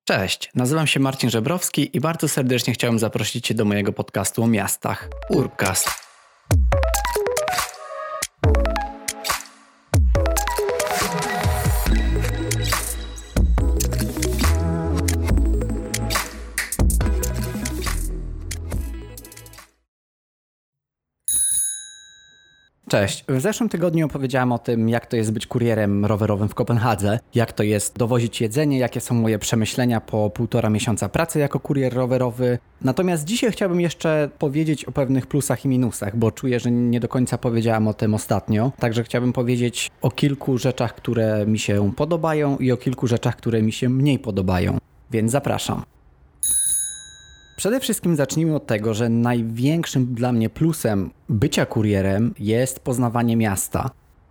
Cześć, nazywam się Marcin Żebrowski i bardzo serdecznie chciałem zaprosić Cię do mojego podcastu o miastach, Urbcast. Cześć. W zeszłym tygodniu opowiedziałem o tym, jak to jest być kurierem rowerowym w Kopenhadze, jak to jest dowozić jedzenie, jakie są moje przemyślenia po 1,5 miesiąca pracy jako kurier rowerowy. Natomiast dzisiaj chciałbym jeszcze powiedzieć o pewnych plusach i minusach, bo czuję, że nie do końca powiedziałem o tym ostatnio. Także chciałbym powiedzieć o kilku rzeczach, które mi się podobają i o kilku rzeczach, które mi się mniej podobają. Więc zapraszam. Przede wszystkim zacznijmy od tego, że największym dla mnie plusem bycia kurierem jest poznawanie miasta.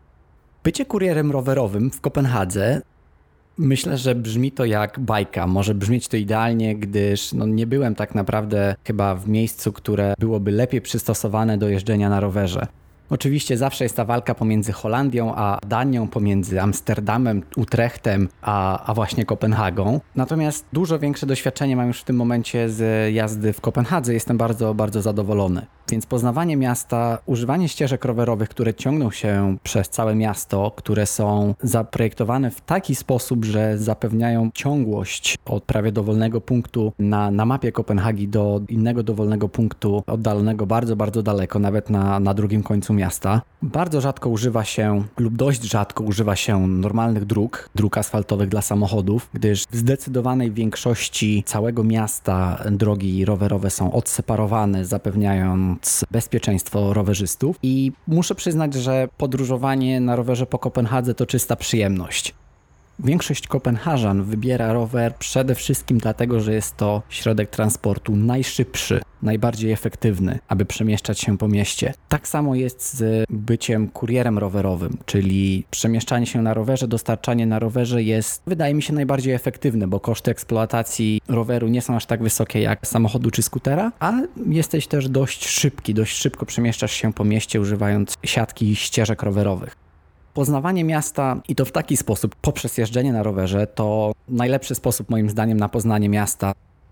Bycie kurierem rowerowym w Kopenhadze, myślę, że brzmi to jak bajka. Może brzmieć to idealnie, gdyż nie byłem tak naprawdę chyba w miejscu, które byłoby lepiej przystosowane do jeżdżenia na rowerze. Oczywiście zawsze jest ta walka pomiędzy Holandią a Danią, pomiędzy Amsterdamem, Utrechtem a właśnie Kopenhagą. Natomiast dużo większe doświadczenie mam już w tym momencie z jazdy w Kopenhadze. Jestem bardzo, bardzo zadowolony. Więc poznawanie miasta, używanie ścieżek rowerowych, które ciągną się przez całe miasto, które są zaprojektowane w taki sposób, że zapewniają ciągłość od prawie dowolnego punktu na mapie Kopenhagi do innego dowolnego punktu oddalonego bardzo, bardzo daleko, nawet na drugim końcu miasta. Bardzo rzadko używa się lub dość rzadko używa się normalnych dróg asfaltowych dla samochodów, gdyż w zdecydowanej większości całego miasta drogi rowerowe są odseparowane, zapewniając bezpieczeństwo rowerzystów i muszę przyznać, że podróżowanie na rowerze po Kopenhadze to czysta przyjemność. Większość Kopenhażan wybiera rower przede wszystkim dlatego, że jest to środek transportu najszybszy, najbardziej efektywny, aby przemieszczać się po mieście. Tak samo jest z byciem kurierem rowerowym, czyli przemieszczanie się na rowerze, dostarczanie na rowerze jest, wydaje mi się, najbardziej efektywne, bo koszty eksploatacji roweru nie są aż tak wysokie jak samochodu czy skutera, ale jesteś też dość szybki, dość szybko przemieszczasz się po mieście używając siatki i ścieżek rowerowych. Poznawanie miasta i to w taki sposób, poprzez jeżdżenie na rowerze, to najlepszy sposób moim zdaniem na poznanie miasta.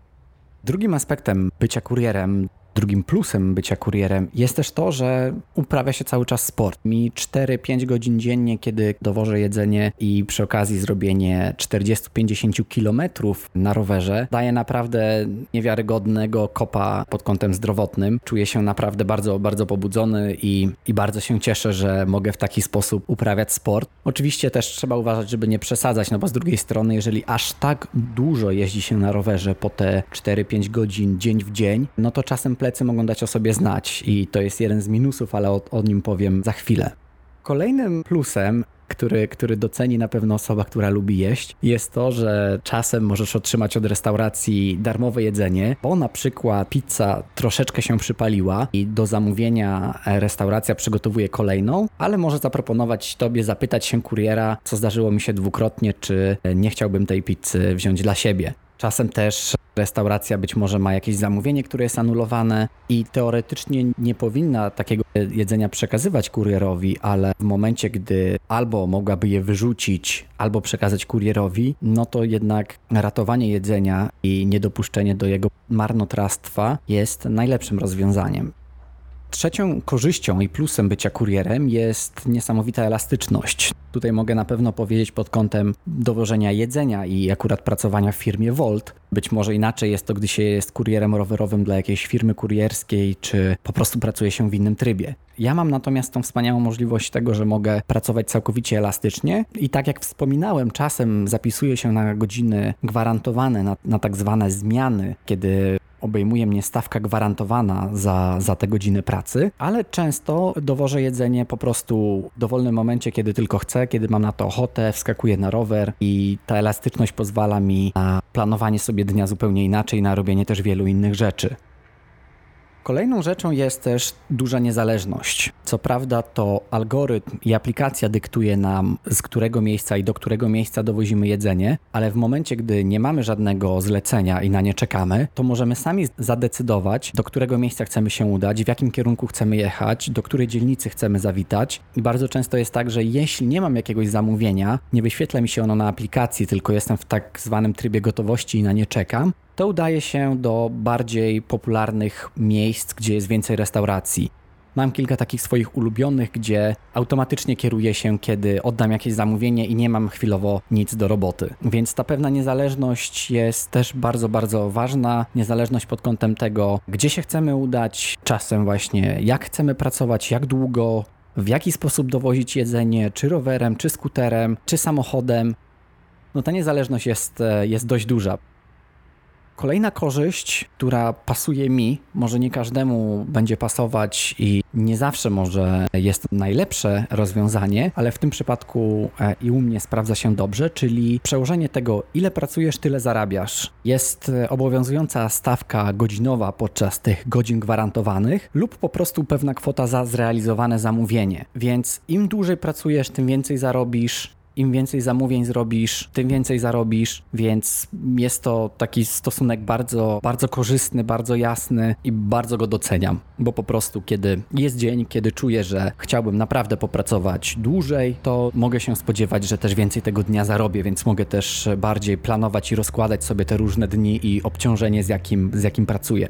Drugim aspektem bycia kurierem, drugim plusem bycia kurierem jest też to, że uprawia się cały czas sport. Mi 4-5 godzin dziennie, kiedy dowożę jedzenie i przy okazji zrobienie 40-50 kilometrów na rowerze daje naprawdę niewiarygodnego kopa pod kątem zdrowotnym. Czuję się naprawdę bardzo, bardzo pobudzony i bardzo się cieszę, że mogę w taki sposób uprawiać sport. Oczywiście też trzeba uważać, żeby nie przesadzać, bo z drugiej strony, jeżeli aż tak dużo jeździ się na rowerze po te 4-5 godzin dzień w dzień, to czasem plecy mogą dać o sobie znać i to jest jeden z minusów, ale o nim powiem za chwilę. Kolejnym plusem, który doceni na pewno osoba, która lubi jeść, jest to, że czasem możesz otrzymać od restauracji darmowe jedzenie, bo na przykład pizza troszeczkę się przypaliła i do zamówienia restauracja przygotowuje kolejną, ale może zaproponować tobie, zapytać się kuriera, co zdarzyło mi się dwukrotnie, czy nie chciałbym tej pizzy wziąć dla siebie. Czasem też restauracja być może ma jakieś zamówienie, które jest anulowane i teoretycznie nie powinna takiego jedzenia przekazywać kurierowi, ale w momencie, gdy albo mogłaby je wyrzucić, albo przekazać kurierowi, to jednak ratowanie jedzenia i niedopuszczenie do jego marnotrawstwa jest najlepszym rozwiązaniem. Trzecią korzyścią i plusem bycia kurierem jest niesamowita elastyczność. Tutaj mogę na pewno powiedzieć pod kątem dowożenia jedzenia i akurat pracowania w firmie Wolt. Być może inaczej jest to, gdy się jest kurierem rowerowym dla jakiejś firmy kurierskiej, czy po prostu pracuje się w innym trybie. Ja mam natomiast tą wspaniałą możliwość tego, że mogę pracować całkowicie elastycznie i tak jak wspominałem, czasem zapisuję się na godziny gwarantowane, na tak zwane zmiany, kiedy obejmuje mnie stawka gwarantowana za te godziny pracy, ale często dowożę jedzenie po prostu w dowolnym momencie, kiedy tylko chcę, kiedy mam na to ochotę, wskakuję na rower i ta elastyczność pozwala mi na planowanie sobie dnia zupełnie inaczej, na robienie też wielu innych rzeczy. Kolejną rzeczą jest też duża niezależność. Co prawda to algorytm i aplikacja dyktuje nam, z którego miejsca i do którego miejsca dowozimy jedzenie, ale w momencie, gdy nie mamy żadnego zlecenia i na nie czekamy, to możemy sami zadecydować, do którego miejsca chcemy się udać, w jakim kierunku chcemy jechać, do której dzielnicy chcemy zawitać. I bardzo często jest tak, że jeśli nie mam jakiegoś zamówienia, nie wyświetla mi się ono na aplikacji, tylko jestem w tak zwanym trybie gotowości i na nie czekam, to udaje się do bardziej popularnych miejsc, gdzie jest więcej restauracji. Mam kilka takich swoich ulubionych, gdzie automatycznie kieruję się, kiedy oddam jakieś zamówienie i nie mam chwilowo nic do roboty. Więc ta pewna niezależność jest też bardzo, bardzo ważna. Niezależność pod kątem tego, gdzie się chcemy udać, czasem właśnie jak chcemy pracować, jak długo, w jaki sposób dowozić jedzenie, czy rowerem, czy skuterem, czy samochodem. No ta niezależność jest dość duża. Kolejna korzyść, która pasuje mi, może nie każdemu będzie pasować i nie zawsze może jest najlepsze rozwiązanie, ale w tym przypadku i u mnie sprawdza się dobrze, czyli przełożenie tego, ile pracujesz, tyle zarabiasz. Jest obowiązująca stawka godzinowa podczas tych godzin gwarantowanych lub po prostu pewna kwota za zrealizowane zamówienie. Więc im dłużej pracujesz, tym więcej zarobisz. Im więcej zamówień zrobisz, tym więcej zarobisz, więc jest to taki stosunek bardzo, bardzo korzystny, bardzo jasny i bardzo go doceniam, bo po prostu kiedy jest dzień, kiedy czuję, że chciałbym naprawdę popracować dłużej, to mogę się spodziewać, że też więcej tego dnia zarobię, więc mogę też bardziej planować i rozkładać sobie te różne dni i obciążenie, z jakim pracuję.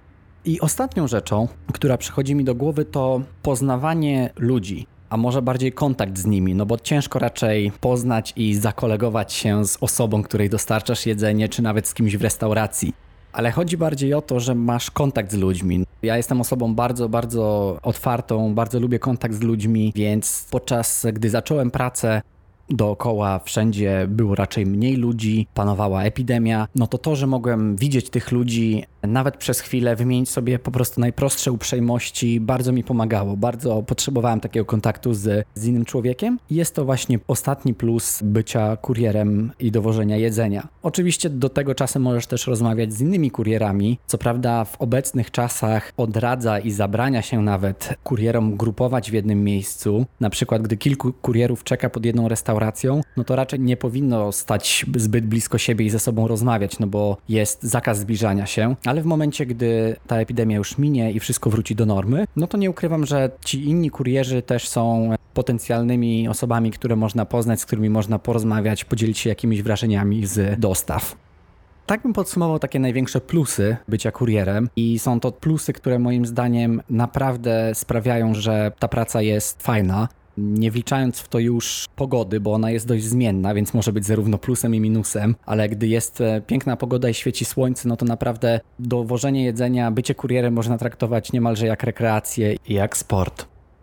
I ostatnią rzeczą, która przychodzi mi do głowy, to poznawanie ludzi. A może bardziej kontakt z nimi, no bo ciężko raczej poznać i zakolegować się z osobą, której dostarczasz jedzenie, czy nawet z kimś w restauracji. Ale chodzi bardziej o to, że masz kontakt z ludźmi. Ja jestem osobą bardzo, bardzo otwartą, bardzo lubię kontakt z ludźmi, więc podczas gdy zacząłem pracę, dookoła wszędzie było raczej mniej ludzi, panowała epidemia, no to, że mogłem widzieć tych ludzi nawet przez chwilę, wymienić sobie po prostu najprostsze uprzejmości, bardzo mi pomagało, bardzo potrzebowałem takiego kontaktu z innym człowiekiem. Jest to właśnie ostatni plus bycia kurierem i dowożenia jedzenia. Oczywiście do tego czasem możesz też rozmawiać z innymi kurierami, co prawda w obecnych czasach odradza i zabrania się nawet kurierom grupować w jednym miejscu, na przykład gdy kilku kurierów czeka pod jedną restauracją, no to raczej nie powinno stać zbyt blisko siebie i ze sobą rozmawiać, no bo jest zakaz zbliżania się. Ale w momencie, gdy ta epidemia już minie i wszystko wróci do normy, no to nie ukrywam, że ci inni kurierzy też są potencjalnymi osobami, które można poznać, z którymi można porozmawiać, podzielić się jakimiś wrażeniami z dostaw. Tak bym podsumował takie największe plusy bycia kurierem i są to plusy, które moim zdaniem naprawdę sprawiają, że ta praca jest fajna. Nie wliczając w to już pogody, bo ona jest dość zmienna, więc może być zarówno plusem i minusem, ale gdy jest piękna pogoda i świeci słońce, no to naprawdę dowożenie jedzenia, bycie kurierem można traktować niemalże jak rekreację i jak sport.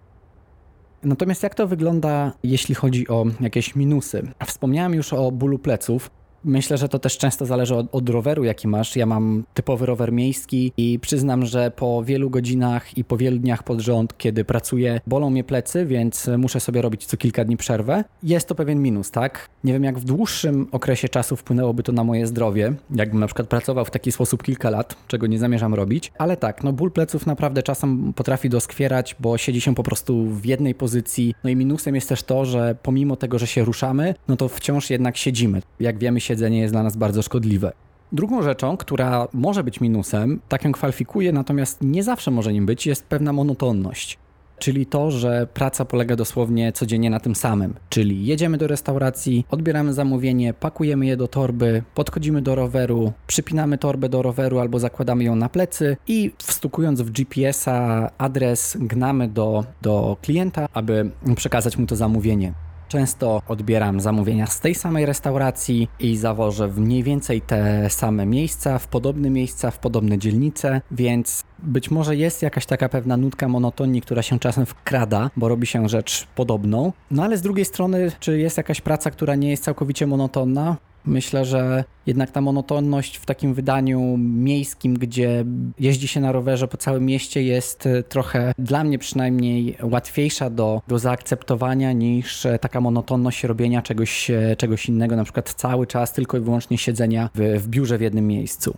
Natomiast jak to wygląda, jeśli chodzi o jakieś minusy? Wspomniałem już o bólu pleców. Myślę, że to też często zależy od roweru, jaki masz. Ja mam typowy rower miejski i przyznam, że po wielu godzinach i po wielu dniach pod rząd, kiedy pracuję, bolą mnie plecy, więc muszę sobie robić co kilka dni przerwę. Jest to pewien minus, tak? Nie wiem, jak w dłuższym okresie czasu wpłynęłoby to na moje zdrowie, jakbym na przykład pracował w taki sposób kilka lat, czego nie zamierzam robić, ale tak, no ból pleców naprawdę czasem potrafi doskwierać, bo siedzi się po prostu w jednej pozycji. No i minusem jest też to, że pomimo tego, że się ruszamy, no to wciąż jednak siedzimy. Jak wiemy, siedzenie jest dla nas bardzo szkodliwe. Drugą rzeczą, która może być minusem, tak ją kwalifikuję, natomiast nie zawsze może nim być, jest pewna monotonność. Czyli to, że praca polega dosłownie codziennie na tym samym. Czyli jedziemy do restauracji, odbieramy zamówienie, pakujemy je do torby, podchodzimy do roweru, przypinamy torbę do roweru albo zakładamy ją na plecy i wstukując w GPS-a adres gnamy do klienta, aby przekazać mu to zamówienie. Często odbieram zamówienia z tej samej restauracji i zawożę w mniej więcej te same miejsca, w podobne dzielnice, więc być może jest jakaś taka pewna nutka monotonii, która się czasem wkrada, bo robi się rzecz podobną. No ale z drugiej strony, czy jest jakaś praca, która nie jest całkowicie monotonna? Myślę, że jednak ta monotonność w takim wydaniu miejskim, gdzie jeździ się na rowerze po całym mieście, jest trochę, dla mnie przynajmniej, łatwiejsza do zaakceptowania niż taka monotonność robienia czegoś innego, na przykład cały czas tylko i wyłącznie siedzenia w biurze w jednym miejscu.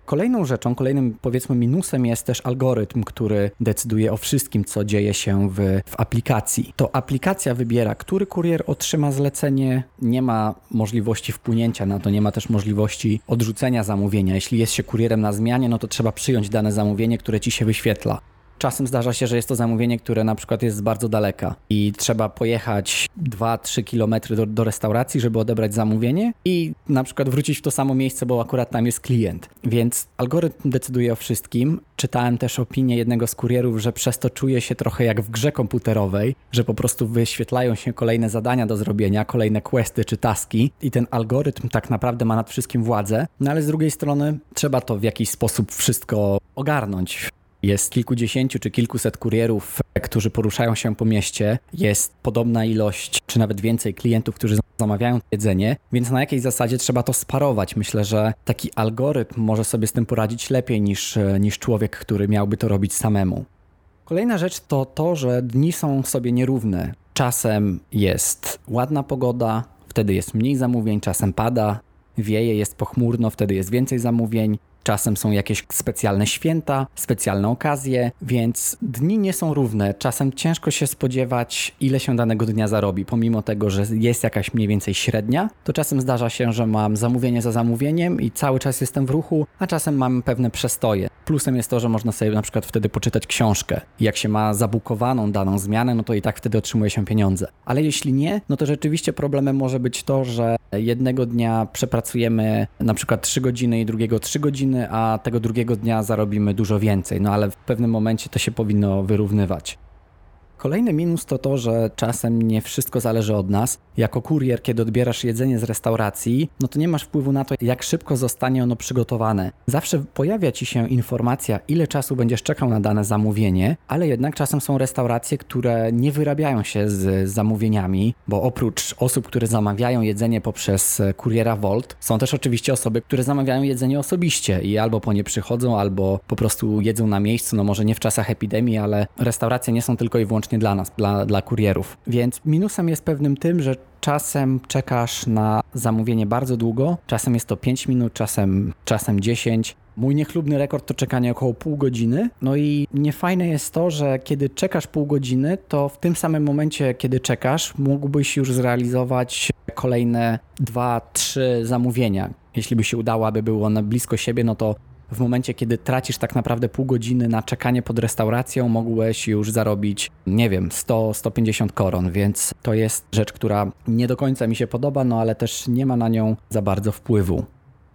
Kolejną rzeczą, kolejnym powiedzmy minusem jest też algorytm, który decyduje o wszystkim, co dzieje się w aplikacji. To aplikacja wybiera, który kurier otrzyma zlecenie, nie ma możliwości wpłynięcia na to, nie ma też możliwości odrzucenia zamówienia. Jeśli jest się kurierem na zmianie, no to trzeba przyjąć dane zamówienie, które ci się wyświetla. Czasem zdarza się, że jest to zamówienie, które na przykład jest z bardzo daleka i trzeba pojechać 2-3 km do restauracji, żeby odebrać zamówienie i na przykład wrócić w to samo miejsce, bo akurat tam jest klient. Więc algorytm decyduje o wszystkim. Czytałem też opinię jednego z kurierów, że przez to czuje się trochę jak w grze komputerowej, że po prostu wyświetlają się kolejne zadania do zrobienia, kolejne questy czy taski i ten algorytm tak naprawdę ma nad wszystkim władzę, no ale z drugiej strony trzeba to w jakiś sposób wszystko ogarnąć. Jest kilkudziesięciu czy kilkuset kurierów, którzy poruszają się po mieście. Jest podobna ilość, czy nawet więcej klientów, którzy zamawiają jedzenie, więc na jakiej zasadzie trzeba to sparować. Myślę, że taki algorytm może sobie z tym poradzić lepiej niż człowiek, który miałby to robić samemu. Kolejna rzecz to to, że dni są sobie nierówne. Czasem jest ładna pogoda, wtedy jest mniej zamówień, czasem pada, wieje, jest pochmurno, wtedy jest więcej zamówień. Czasem są jakieś specjalne święta, specjalne okazje, więc dni nie są równe. Czasem ciężko się spodziewać, ile się danego dnia zarobi. Pomimo tego, że jest jakaś mniej więcej średnia, to czasem zdarza się, że mam zamówienie za zamówieniem i cały czas jestem w ruchu, a czasem mam pewne przestoje. Plusem jest to, że można sobie na przykład wtedy poczytać książkę. Jak się ma zabukowaną daną zmianę, no to i tak wtedy otrzymuje się pieniądze. Ale jeśli nie, no to rzeczywiście problemem może być to, że jednego dnia przepracujemy na przykład 3 godziny i drugiego 3 godziny, a tego drugiego dnia zarobimy dużo więcej, no ale w pewnym momencie to się powinno wyrównywać. Kolejny minus to to, że czasem nie wszystko zależy od nas. Jako kurier, kiedy odbierasz jedzenie z restauracji, no to nie masz wpływu na to, jak szybko zostanie ono przygotowane. Zawsze pojawia ci się informacja, ile czasu będziesz czekał na dane zamówienie, ale jednak czasem są restauracje, które nie wyrabiają się z zamówieniami, bo oprócz osób, które zamawiają jedzenie poprzez kuriera Wolt, są też oczywiście osoby, które zamawiają jedzenie osobiście i albo po nie przychodzą, albo po prostu jedzą na miejscu, no może nie w czasach epidemii, ale restauracje nie są tylko i wyłącznie dla nas, dla kurierów. Więc minusem jest pewnym tym, że czasem czekasz na zamówienie bardzo długo, czasem jest to 5 minut, czasem 10. Mój niechlubny rekord to czekanie około pół godziny. No i niefajne jest to, że kiedy czekasz pół godziny, to w tym samym momencie, kiedy czekasz, mógłbyś już zrealizować kolejne 2-3 zamówienia. Jeśli by się udało, aby było one blisko siebie, no to w momencie, kiedy tracisz tak naprawdę pół godziny na czekanie pod restauracją, mogłeś już zarobić, nie wiem, 100-150 koron, więc to jest rzecz, która nie do końca mi się podoba, no ale też nie ma na nią za bardzo wpływu.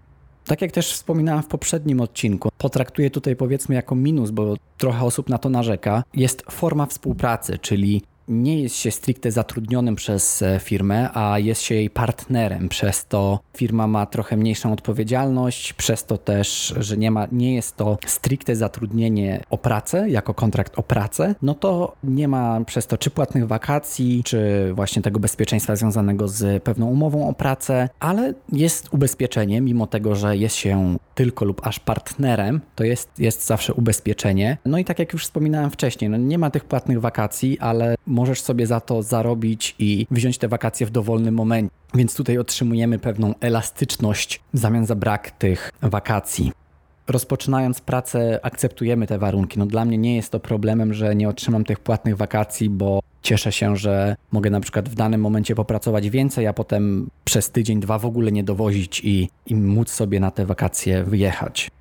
Tak jak też wspominałem w poprzednim odcinku, potraktuję tutaj powiedzmy jako minus, bo trochę osób na to narzeka, jest forma współpracy, czyli nie jest się stricte zatrudnionym przez firmę, a jest się jej partnerem. Przez to firma ma trochę mniejszą odpowiedzialność, przez to też, że nie jest to stricte zatrudnienie o pracę, jako kontrakt o pracę, no to nie ma przez to czy płatnych wakacji, czy właśnie tego bezpieczeństwa związanego z pewną umową o pracę, ale jest ubezpieczenie, mimo tego, że jest się tylko lub aż partnerem, to jest zawsze ubezpieczenie. No i tak jak już wspominałem wcześniej, no nie ma tych płatnych wakacji, ale możesz sobie za to zarobić i wziąć te wakacje w dowolnym momencie. Więc tutaj otrzymujemy pewną elastyczność w zamian za brak tych wakacji. Rozpoczynając pracę, akceptujemy te warunki. No dla mnie nie jest to problemem, że nie otrzymam tych płatnych wakacji, bo cieszę się, że mogę na przykład w danym momencie popracować więcej, a potem przez tydzień, 2 w ogóle nie dowozić i móc sobie na te wakacje wyjechać.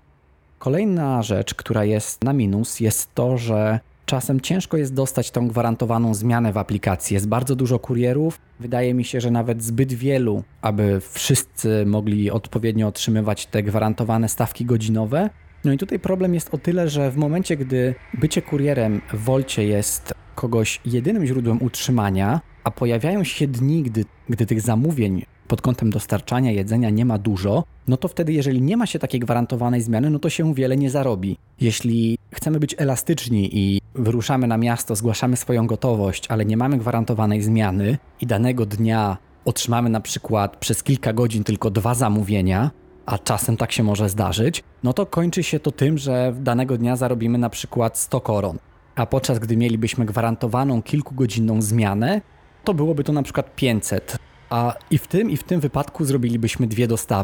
Kolejna rzecz, która jest na minus, jest to, że czasem ciężko jest dostać tą gwarantowaną zmianę w aplikacji. Jest bardzo dużo kurierów. Wydaje mi się, że nawet zbyt wielu, aby wszyscy mogli odpowiednio otrzymywać te gwarantowane stawki godzinowe. No i tutaj problem jest o tyle, że w momencie, gdy bycie kurierem w Wolcie jest kogoś jedynym źródłem utrzymania, a pojawiają się dni, gdy tych zamówień pod kątem dostarczania jedzenia nie ma dużo, no to wtedy, jeżeli nie ma się takiej gwarantowanej zmiany, no to się wiele nie zarobi. Jeśli chcemy być elastyczni i wyruszamy na miasto, zgłaszamy swoją gotowość, ale nie mamy gwarantowanej zmiany i danego dnia otrzymamy na przykład przez kilka godzin tylko 2 zamówienia, a czasem tak się może zdarzyć, no to kończy się to tym, że danego dnia zarobimy na przykład 100 koron. A podczas gdy mielibyśmy gwarantowaną kilkugodzinną zmianę, to byłoby to na przykład 500. I w tym wypadku zrobilibyśmy 2 dostawy.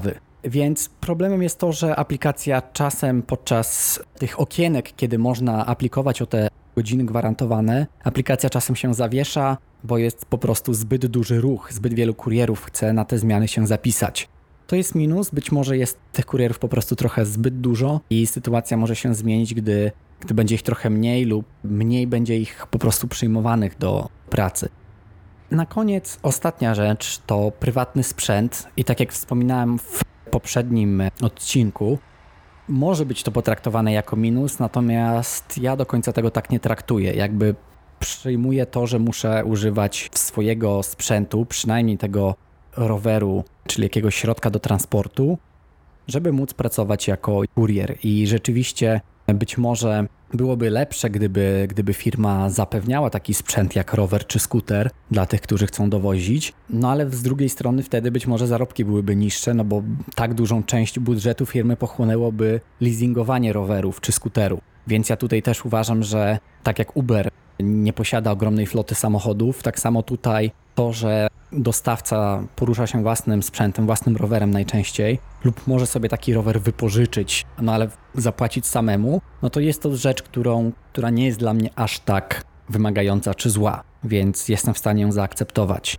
Więc problemem jest to, że aplikacja czasem podczas tych okienek, kiedy można aplikować o te godziny gwarantowane, aplikacja czasem się zawiesza, bo jest po prostu zbyt duży ruch, zbyt wielu kurierów chce na te zmiany się zapisać. To jest minus, być może jest tych kurierów po prostu trochę zbyt dużo i sytuacja może się zmienić, gdy będzie ich trochę mniej lub mniej będzie ich po prostu przyjmowanych do pracy. Na koniec ostatnia rzecz to prywatny sprzęt i tak jak wspominałem w poprzednim odcinku, może być to potraktowane jako minus, natomiast ja do końca tego tak nie traktuję. Jakby przyjmuję to, że muszę używać swojego sprzętu, przynajmniej tego roweru, czyli jakiegoś środka do transportu, żeby móc pracować jako kurier. I rzeczywiście być może byłoby lepsze, gdyby firma zapewniała taki sprzęt jak rower czy skuter dla tych, którzy chcą dowozić, no ale z drugiej strony wtedy być może zarobki byłyby niższe, no bo tak dużą część budżetu firmy pochłonęłoby leasingowanie rowerów czy skuterów. Więc ja tutaj też uważam, że tak jak Uber nie posiada ogromnej floty samochodów, tak samo tutaj to, że dostawca porusza się własnym sprzętem, własnym rowerem najczęściej lub może sobie taki rower wypożyczyć, no ale zapłacić samemu, no to jest to rzecz, która nie jest dla mnie aż tak wymagająca czy zła, więc jestem w stanie ją zaakceptować.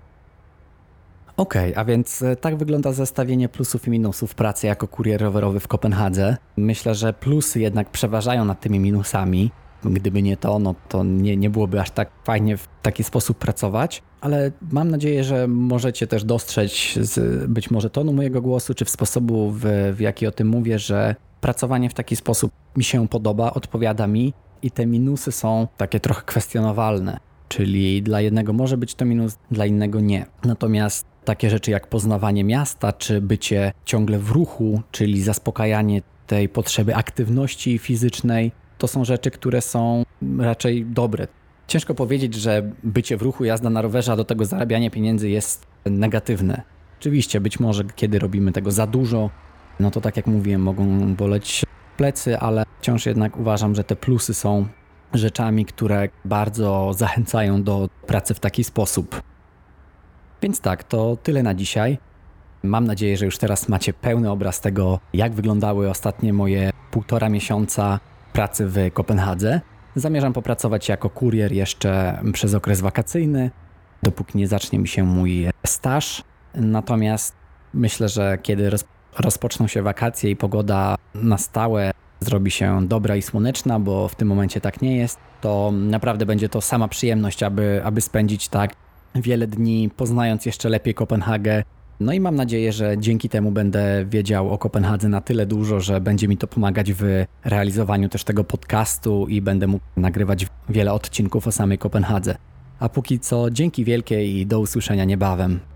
Okej, a więc tak wygląda zestawienie plusów i minusów pracy jako kurier rowerowy w Kopenhadze. Myślę, że plusy jednak przeważają nad tymi minusami. Gdyby nie to, no to nie byłoby aż tak fajnie w taki sposób pracować, ale mam nadzieję, że możecie też dostrzec z być może tonu mojego głosu, czy w sposobu, w jaki o tym mówię, że pracowanie w taki sposób mi się podoba, odpowiada mi i te minusy są takie trochę kwestionowalne, czyli dla jednego może być to minus, dla innego nie. Natomiast takie rzeczy jak poznawanie miasta, czy bycie ciągle w ruchu, czyli zaspokajanie tej potrzeby aktywności fizycznej, to są rzeczy, które są raczej dobre. Ciężko powiedzieć, że bycie w ruchu, jazda na rowerze, a do tego zarabianie pieniędzy jest negatywne. Oczywiście, być może kiedy robimy tego za dużo, no to tak jak mówiłem, mogą boleć plecy, ale wciąż jednak uważam, że te plusy są rzeczami, które bardzo zachęcają do pracy w taki sposób. Więc tak, to tyle na dzisiaj. Mam nadzieję, że już teraz macie pełny obraz tego, jak wyglądały ostatnie moje 1,5 miesiąca pracy w Kopenhadze. Zamierzam popracować jako kurier jeszcze przez okres wakacyjny, dopóki nie zacznie mi się mój staż. Natomiast myślę, że kiedy rozpoczną się wakacje i pogoda na stałe zrobi się dobra i słoneczna, bo w tym momencie tak nie jest, to naprawdę będzie to sama przyjemność, aby spędzić tak wiele dni, poznając jeszcze lepiej Kopenhagę. No i mam nadzieję, że dzięki temu będę wiedział o Kopenhadze na tyle dużo, że będzie mi to pomagać w realizowaniu też tego podcastu i będę mógł nagrywać wiele odcinków o samej Kopenhadze. A póki co dzięki wielkie i do usłyszenia niebawem.